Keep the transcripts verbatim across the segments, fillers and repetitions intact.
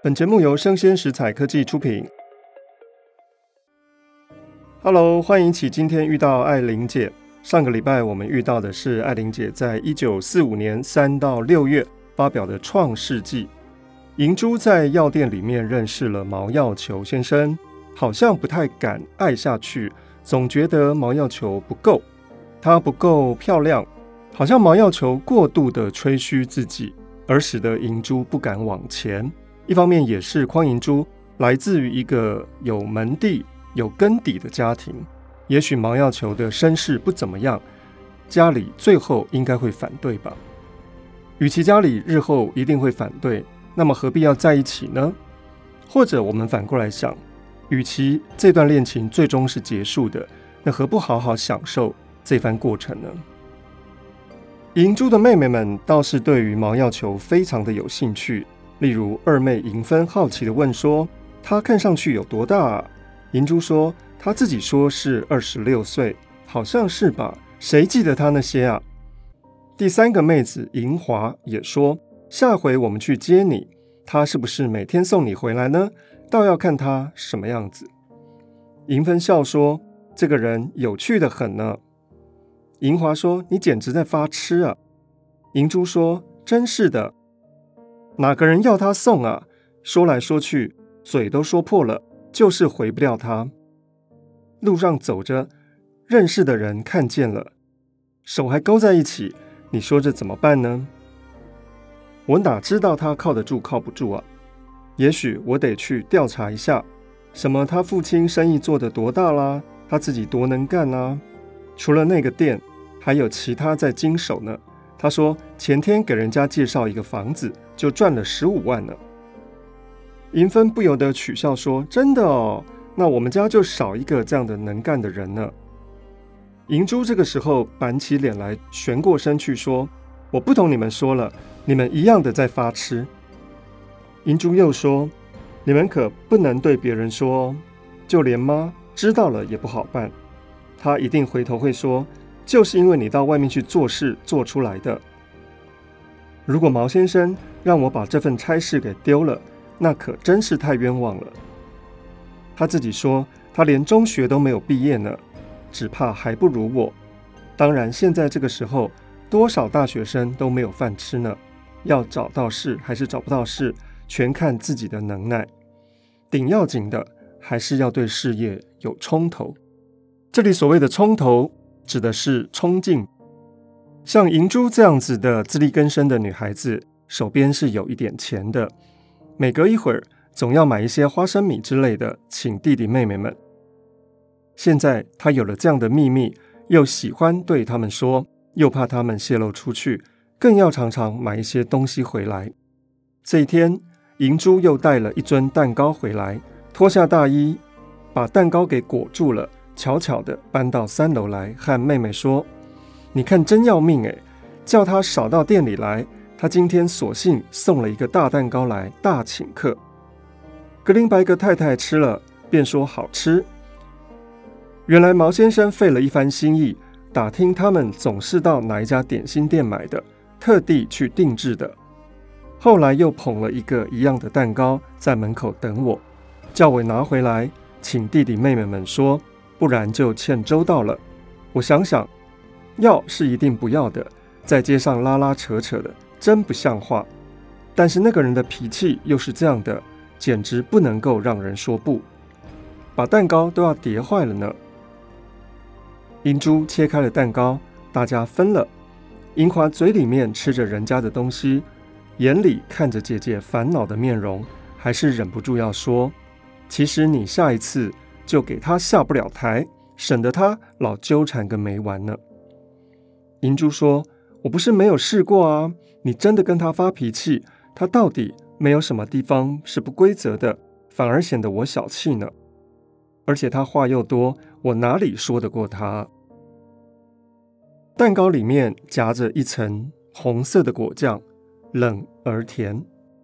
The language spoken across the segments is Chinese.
本节目由生鲜食材科技出品。Hello， 欢迎起今天遇到艾琳姐。上个礼拜我们遇到的是艾琳姐在一九四五年三到六月发表的《创世纪》。银珠在药店里面认识了毛药球先生，好像不太敢爱下去，总觉得毛药球不够，她不够漂亮，好像毛药球过度的吹嘘自己，而使得银珠不敢往前。一方面也是匡银珠来自于一个有门第有根底的家庭，也许毛药球的身世不怎么样，家里最后应该会反对吧。与其家里日后一定会反对，那么何必要在一起呢？或者我们反过来想，与其这段恋情最终是结束的，那何不好好享受这番过程呢？银珠的妹妹们倒是对于毛药球非常的有兴趣，例如二妹银芬好奇地问说，她看上去有多大啊？银珠说她自己说是二十六岁，好像是吧，谁记得她那些啊？第三个妹子银华也说，下回我们去接你，她是不是每天送你回来呢？倒要看她什么样子。银芬笑说，这个人有趣得很呢。银华说，你简直在发痴啊。银珠说，真是的，哪个人要他送啊？说来说去，嘴都说破了，就是回不了他。路上走着，认识的人看见了，手还勾在一起，你说这怎么办呢？我哪知道他靠得住靠不住啊？也许我得去调查一下，什么他父亲生意做得多大啦，他自己多能干啊。除了那个店，还有其他在经手呢。他说前天给人家介绍一个房子，就赚了十五万呢。银芬不由得取笑说，真的哦，那我们家就少一个这样的能干的人呢。银珠这个时候板起脸来，旋过身去说，我不同你们说了，你们一样的在发痴。银珠又说，你们可不能对别人说哦，就连妈知道了也不好办，她一定回头会说，就是因为你到外面去做事做出来的。如果毛先生让我把这份差事给丢了，那可真是太冤枉了。他自己说他连中学都没有毕业呢，只怕还不如我。当然现在这个时候，多少大学生都没有饭吃呢，要找到事还是找不到事，全看自己的能耐。顶要紧的还是要对事业有冲头。这里所谓的冲头指的是冲劲。像银珠这样子的自力更生的女孩子，手边是有一点钱的，每隔一会儿总要买一些花生米之类的请弟弟妹妹们。现在她有了这样的秘密，又喜欢对他们说，又怕他们泄露出去，更要常常买一些东西回来。这一天，银珠又带了一尊蛋糕回来，脱下大衣把蛋糕给裹住了，悄悄地搬到三楼来，和妹妹说，你看真要命诶，叫他少到店里来，他今天索性送了一个大蛋糕来，大请客。格林白格太太吃了便说好吃。原来毛先生费了一番心意，打听他们总是到哪一家点心店买的，特地去定制的。后来又捧了一个一样的蛋糕在门口等我，叫我拿回来请弟弟妹妹们说，不然就欠周到了。我想想，要是一定不要的，在街上拉拉扯扯的，真不像话。但是那个人的脾气又是这样的，简直不能够让人说不，把蛋糕都要跌坏了呢。银珠切开了蛋糕，大家分了。银华嘴里面吃着人家的东西，眼里看着姐姐烦恼的面容，还是忍不住要说，其实你下一次就给他下不了台，省得他老纠缠个没完呢。银珠说，我不是没有试过啊，你真的跟他发脾气，他到底没有什么地方是不规则的，反而显得我小气呢。而且他话又多，我哪里说得过他？蛋糕里面夹着一层红色的果酱，冷而甜。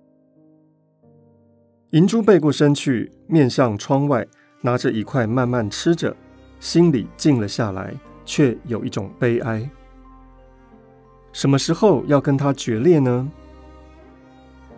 银珠背过身去，面向窗外，拿着一块慢慢吃着，心里静了下来，却有一种悲哀。什么时候要跟他决裂呢？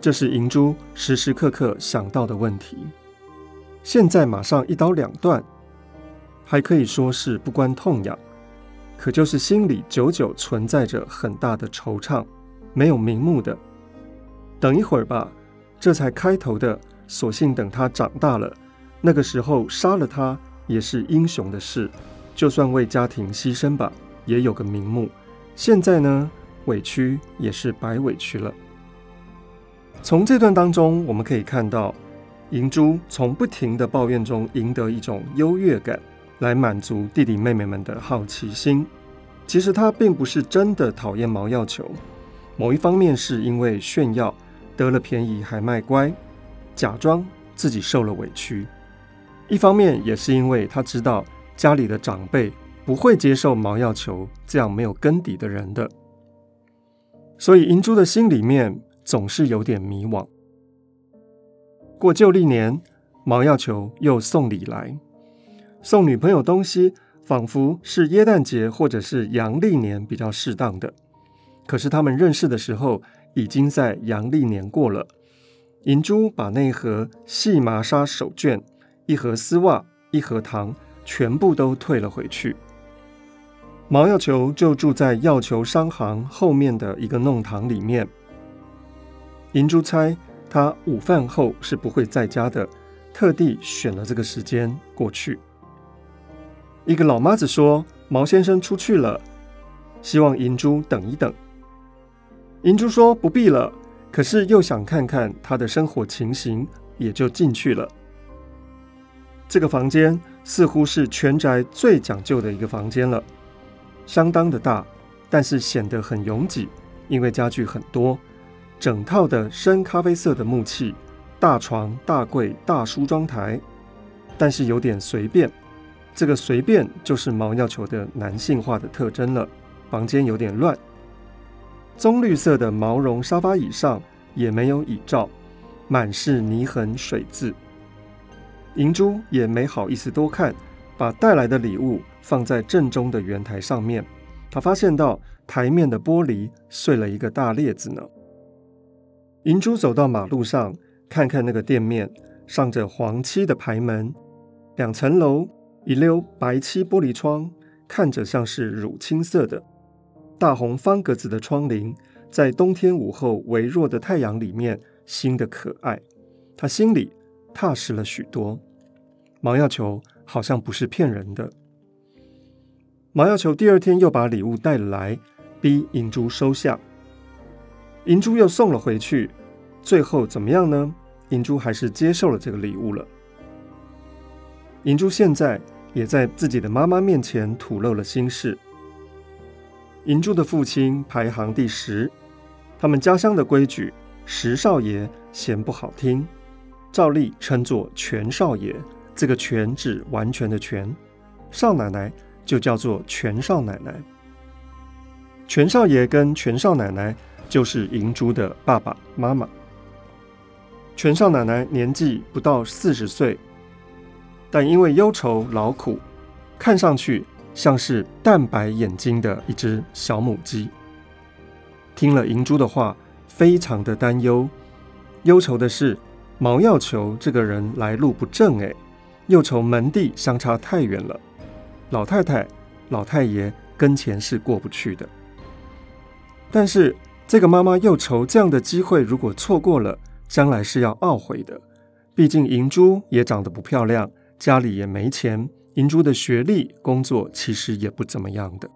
这是银珠时时刻刻想到的问题。现在马上一刀两断，还可以说是不关痛痒，可就是心里久久存在着很大的惆怅，没有瞑目的。等一会儿吧，这才开头的，索性等他长大了，那个时候杀了他也是英雄的事，就算为家庭牺牲吧，也有个名目。现在呢，委屈也是白委屈了。从这段当中，我们可以看到银珠从不停的抱怨中赢得一种优越感，来满足弟弟妹妹们的好奇心。其实他并不是真的讨厌毛药球，某一方面是因为炫耀，得了便宜还卖乖，假装自己受了委屈；一方面也是因为他知道家里的长辈不会接受毛药球这样没有根底的人的，所以银珠的心里面总是有点迷惘。过旧历年，毛药球又送礼来，送女朋友东西仿佛是耶诞节或者是阳历年比较适当的，可是他们认识的时候已经在阳历年过了。银珠把那盒细麻纱手绢、一盒丝袜、一盒糖全部都退了回去。毛药球就住在药球商行后面的一个弄堂里面。银珠猜他午饭后是不会在家的，特地选了这个时间过去。一个老妈子说毛先生出去了，希望银珠等一等。银珠说不必了，可是又想看看他的生活情形，也就进去了。这个房间似乎是全宅最讲究的一个房间了，相当的大，但是显得很拥挤，因为家具很多，整套的深咖啡色的木器，大床、大柜、大梳妆台，但是有点随便。这个随便就是毛药球的男性化的特征了。房间有点乱，棕绿色的毛绒沙发椅上也没有椅罩，满是泥痕水渍。银珠也没好意思多看，把带来的礼物放在正中的圆台上面。他发现到台面的玻璃碎了一个大裂子呢。银珠走到马路上，看看那个店面，上着黄漆的牌门，两层楼，一溜白漆玻璃窗，看着像是乳青色的。大红方格子的窗棂，在冬天午后微弱的太阳里面，新的可爱。他心里踏实了许多。毛药球好像不是骗人的。毛药球第二天又把礼物带了来，逼银珠收下。银珠又送了回去，最后怎么样呢？银珠还是接受了这个礼物了。银珠现在也在自己的妈妈面前吐露了心事。银珠的父亲排行第十，他们家乡的规矩，十少爷嫌不好听，照例称作全少爷，这个全指完全的全，少奶奶就叫做全少奶奶。全少爷跟全少奶奶就是银珠的爸爸妈妈。全少奶奶年纪不到四十岁，但因为忧愁劳苦，看上去像是淡白眼睛的一只小母鸡。听了银珠的话，非常的担忧，忧愁的是毛药球这个人来路不正哎，又愁门第相差太远了，老太太、老太爷跟前是过不去的。但是这个妈妈又愁这样的机会如果错过了，将来是要懊悔的。毕竟银珠也长得不漂亮，家里也没钱，银珠的学历、工作其实也不怎么样的。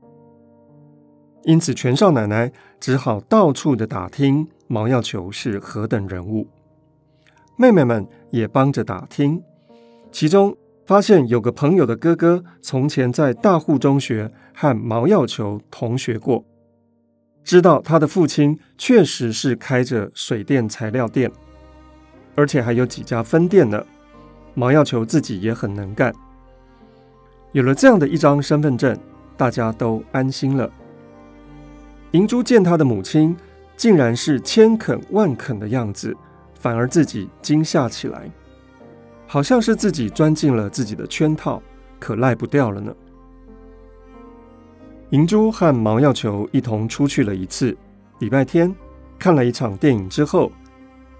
因此全少奶奶只好到处的打听毛药球是何等人物。妹妹们也帮着打听，其中发现有个朋友的哥哥从前在大户中学和毛药球同学过，知道他的父亲确实是开着水电材料店，而且还有几家分店呢。毛药球自己也很能干。有了这样的一张身份证，大家都安心了。银珠见他的母亲竟然是千肯万肯的样子，反而自己惊吓起来，好像是自己钻进了自己的圈套，可赖不掉了呢。银珠和毛药球一同出去了一次，礼拜天看了一场电影之后，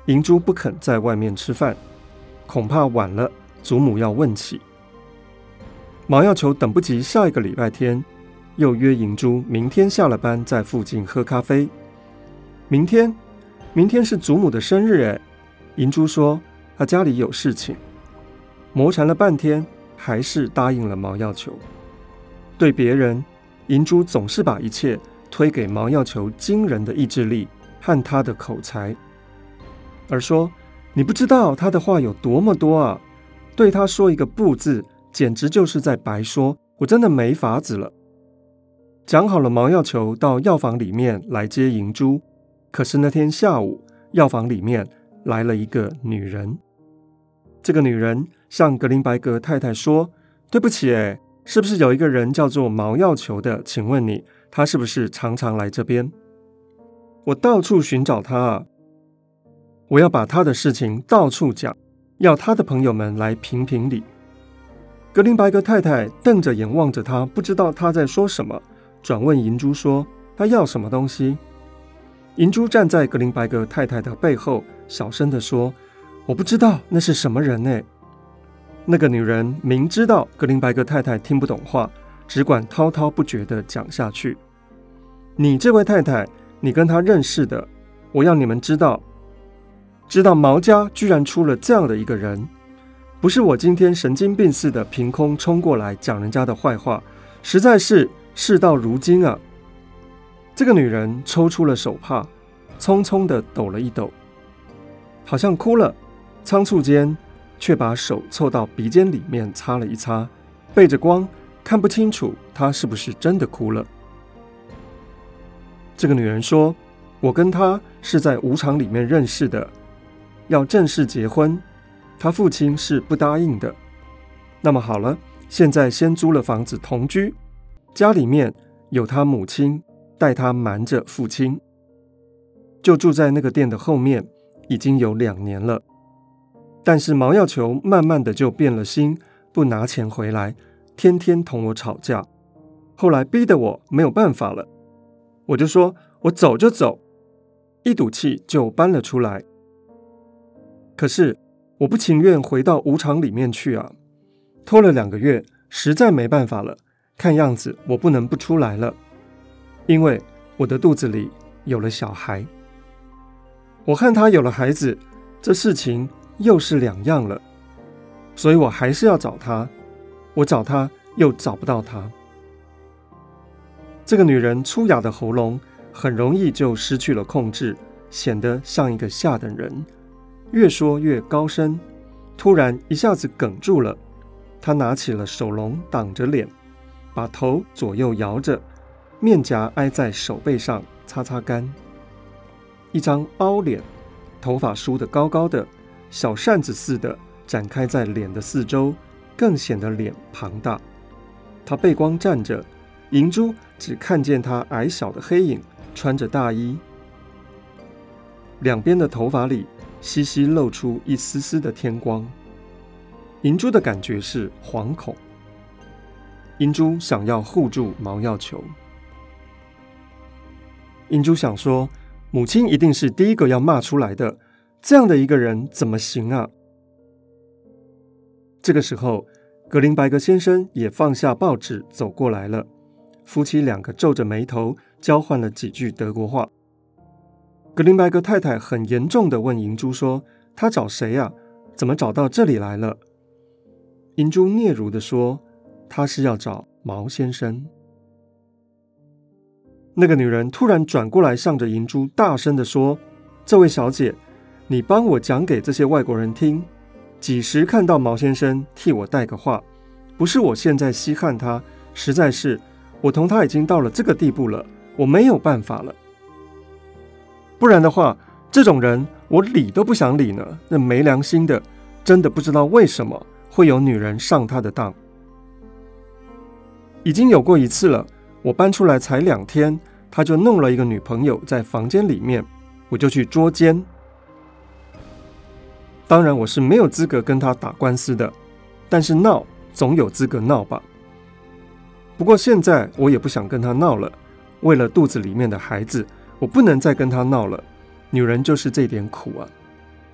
银珠不肯在外面吃饭，恐怕晚了祖母要问起。毛药球等不及下一个礼拜天，又约银珠明天下了班在附近喝咖啡。明天，明天是祖母的生日哎！银珠说她家里有事情，磨缠了半天，还是答应了毛药球。对别人，银珠总是把一切推给毛药球惊人的意志力和他的口才，而说你不知道他的话有多么多啊！对他说一个不字，简直就是在白说，我真的没法子了。讲好了毛药球到药房里面来接银珠，可是那天下午，药房里面来了一个女人。这个女人向格林白格太太说：“对不起哎，是不是有一个人叫做毛药球的？请问你，他是不是常常来这边？我到处寻找他啊，我要把他的事情到处讲，要他的朋友们来评评理。”格林白格太太瞪着眼望着他，不知道他在说什么，转问银珠说：“他要什么东西？”银珠站在格林白格太太的背后，小声地说：“我不知道那是什么人呢。”那个女人明知道格林白格太太听不懂话，只管滔滔不绝地讲下去：“你这位太太，你跟她认识的，我要你们知道，知道毛家居然出了这样的一个人，不是我今天神经病似的凭空冲过来讲人家的坏话，实在是事到如今啊！”这个女人抽出了手帕，匆匆地抖了一抖，好像哭了，仓促间却把手凑到鼻尖里面擦了一擦，背着光，看不清楚她是不是真的哭了。这个女人说：“我跟她是在舞场里面认识的，要正式结婚，她父亲是不答应的。那么好了，现在先租了房子同居，家里面有她母亲带她瞒着父亲，就住在那个店的后面，已经有两年了。但是毛药球慢慢的就变了心，不拿钱回来，天天同我吵架。后来逼得我没有办法了，我就说我走就走，一赌气就搬了出来。可是我不情愿回到舞场里面去啊，拖了两个月，实在没办法了，看样子我不能不出来了，因为我的肚子里有了小孩。我和他有了孩子，这事情又是两样了，所以我还是要找他，我找他又找不到他。这个女人粗哑的喉咙很容易就失去了控制，显得像一个下等人，越说越高声，突然一下子哽住了。她拿起了手笼挡着脸，把头左右摇着，面颊挨在手背上擦擦干，一张凹脸，头发梳得高高的，小扇子似的展开在脸的四周，更显得脸庞大。她背光站着，银珠只看见她矮小的黑影，穿着大衣，两边的头发里稀稀露出一丝丝的天光。银珠的感觉是惶恐，银珠想要护住毛药球。银珠想说，母亲一定是第一个要骂出来的，这样的一个人怎么行啊？这个时候，格林白格先生也放下报纸走过来了，夫妻两个皱着眉头交换了几句德国话。格林白格太太很严重地问银珠说：“他找谁啊？怎么找到这里来了？”银珠嗫嚅地说：“他是要找毛先生。”那个女人突然转过来，向着银珠大声地说：“这位小姐，你帮我讲给这些外国人听，几时看到毛先生，替我带个话。不是我现在稀罕他，实在是我同他已经到了这个地步了，我没有办法了。不然的话，这种人我理都不想理呢，那没良心的，真的不知道为什么会有女人上他的当。已经有过一次了，我搬出来才两天，他就弄了一个女朋友在房间里面，我就去捉奸。当然我是没有资格跟他打官司的，但是闹总有资格闹吧。不过现在我也不想跟他闹了，为了肚子里面的孩子，我不能再跟他闹了，女人就是这点苦啊。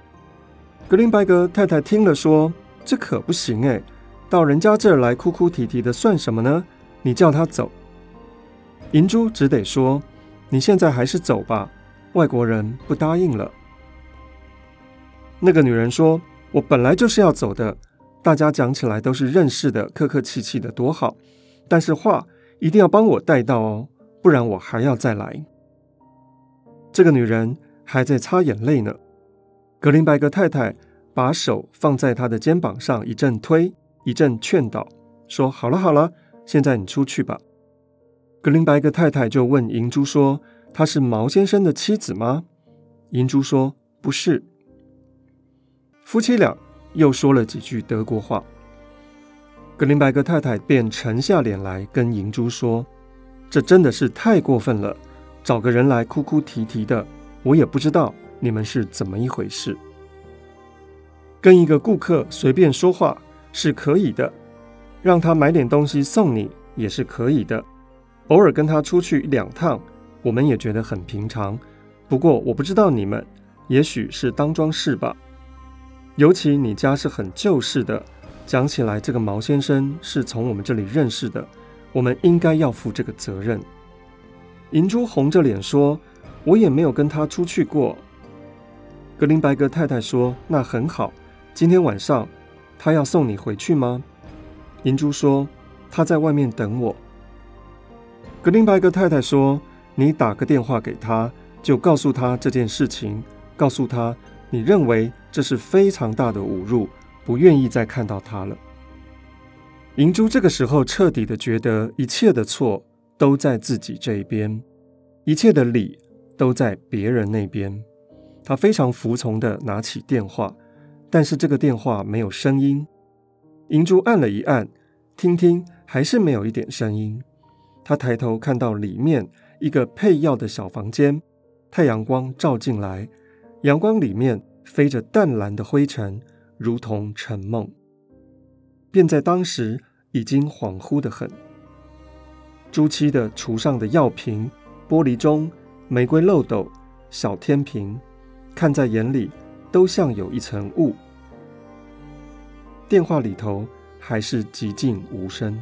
格林白格太太听了说，这可不行哎，到人家这儿来哭哭啼啼的算什么呢？你叫他走。银珠只得说，你现在还是走吧，外国人不答应了。那个女人说，我本来就是要走的，大家讲起来都是认识的，客客气气的多好，但是话一定要帮我带到哦，不然我还要再来。这个女人还在擦眼泪呢，格林白格太太把手放在她的肩膀上，一阵推，一阵劝导，说好了好了，现在你出去吧。格林白格太太就问银珠说，她是毛先生的妻子吗？银珠说不是。夫妻俩又说了几句德国话，格林白格太太便沉下脸来跟银珠说，这真的是太过分了，找个人来哭哭啼啼的，我也不知道你们是怎么一回事。跟一个顾客随便说话是可以的，让他买点东西送你也是可以的，偶尔跟他出去一两趟，我们也觉得很平常。不过我不知道你们，也许是当装饰吧。尤其你家是很旧式的，讲起来这个毛先生是从我们这里认识的，我们应该要负这个责任。银珠红着脸说，我也没有跟他出去过。格林白格太太说，那很好，今天晚上他要送你回去吗？银珠说，他在外面等我。格林白格太太说，你打个电话给他，就告诉他这件事情，告诉他你认为这是非常大的侮辱，不愿意再看到他了。银珠这个时候彻底的觉得一切的错都在自己这一边，一切的理都在别人那边。他非常服从的拿起电话，但是这个电话没有声音。银珠按了一按，听听还是没有一点声音。他抬头看到里面一个配药的小房间，太阳光照进来，阳光里面飞着淡蓝的灰尘，如同沉梦。便在当时已经恍惚得很。朱漆的橱上的药瓶、玻璃钟、玫瑰漏斗、小天平，看在眼里都像有一层雾。电话里头还是寂静无声。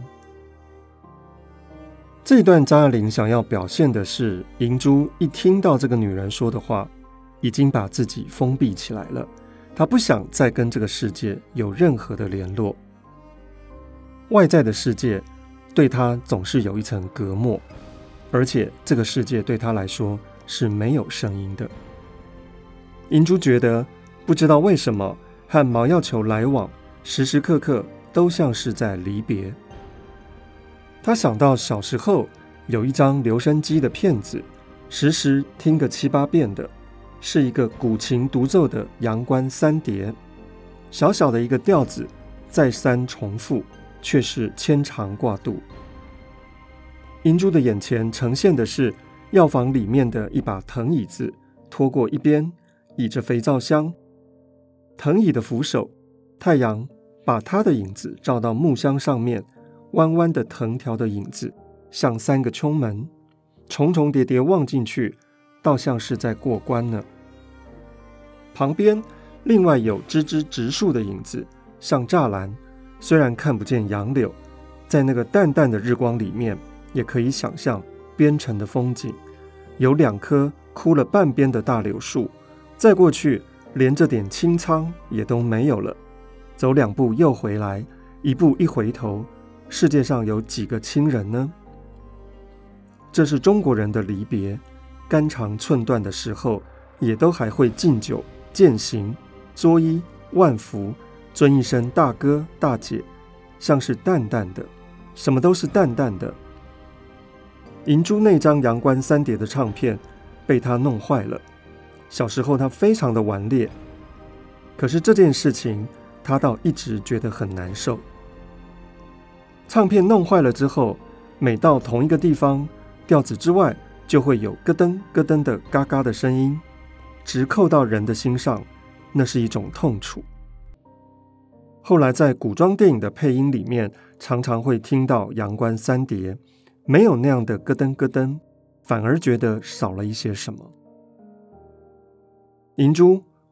这一段张爱玲想要表现的是，银珠一听到这个女人说的话，已经把自己封闭起来了，她不想再跟这个世界有任何的联络。外在的世界对她总是有一层隔膜，而且这个世界对她来说是没有声音的。银珠觉得不知道为什么和毛药球来往，时时刻刻都像是在离别。他想到小时候有一张留声机的片子，时时听个七八遍的，是一个古琴独奏的阳关三叠，小小的一个调子再三重复，却是牵肠挂肚。银珠的眼前呈现的是药房里面的一把藤椅子，拖过一边，倚着肥皂箱。藤椅的扶手，太阳把它的影子照到木箱上面，弯弯的藤条的影子像三个穹门，重重叠叠望进去，倒像是在过关呢。旁边另外有枝枝植树的影子，像栅栏，虽然看不见杨柳，在那个淡淡的日光里面，也可以想象边城的风景。有两棵枯了半边的大柳树，再过去连这点青苍也都没有了。走两步又回来，一步一回头，世界上有几个亲人呢？这是中国人的离别，肝肠寸断的时候，也都还会敬酒、饯行、作揖、万福，尊一声大哥、大姐，像是淡淡的，什么都是淡淡的。银珠那张阳关三叠的唱片被他弄坏了，小时候他非常的顽劣，可是这件事情他倒一直觉得很难受。唱片弄坏了之后，每到同一个地方，调子之外就会有咯噔咯噔的嘎嘎的声音，直扣到人的心上，那是一种痛楚。后来在古装电影的配音里面，常常会听到阳关三叠，没有那样的咯噔咯噔，反而觉得少了一些什么。银珠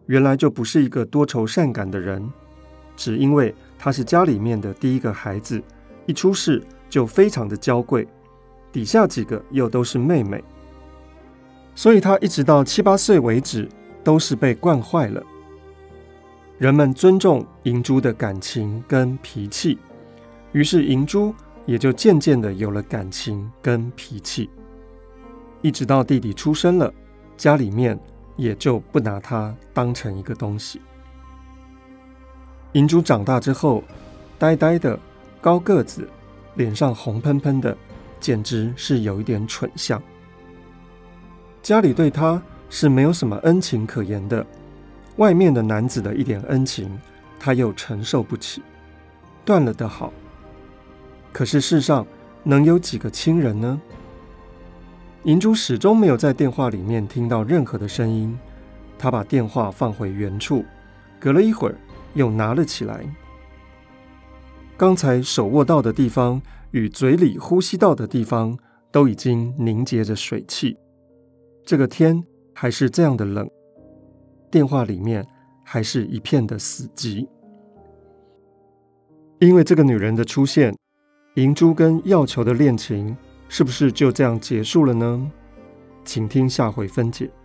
原来就不是一个多愁善感的人，只因为他是家里面的第一个孩子，一出世就非常的娇贵，底下几个又都是妹妹，所以他一直到七八岁为止都是被惯坏了。人们尊重银珠的感情跟脾气，于是银珠也就渐渐的有了感情跟脾气。一直到弟弟出生了，家里面也就不拿他当成一个东西。银珠长大之后，呆呆的，高个子，脸上红喷喷的，简直是有一点蠢相。家里对他是没有什么恩情可言的，外面的男子的一点恩情，他又承受不起，断了的好。可是世上能有几个亲人呢？银珠始终没有在电话里面听到任何的声音，他把电话放回原处，隔了一会儿又拿了起来。刚才手握到的地方与嘴里呼吸到的地方都已经凝结着水汽，这个天还是这样的冷，电话里面还是一片的死寂。因为这个女人的出现，银珠跟药球的恋情是不是就这样结束了呢？请听下回分解。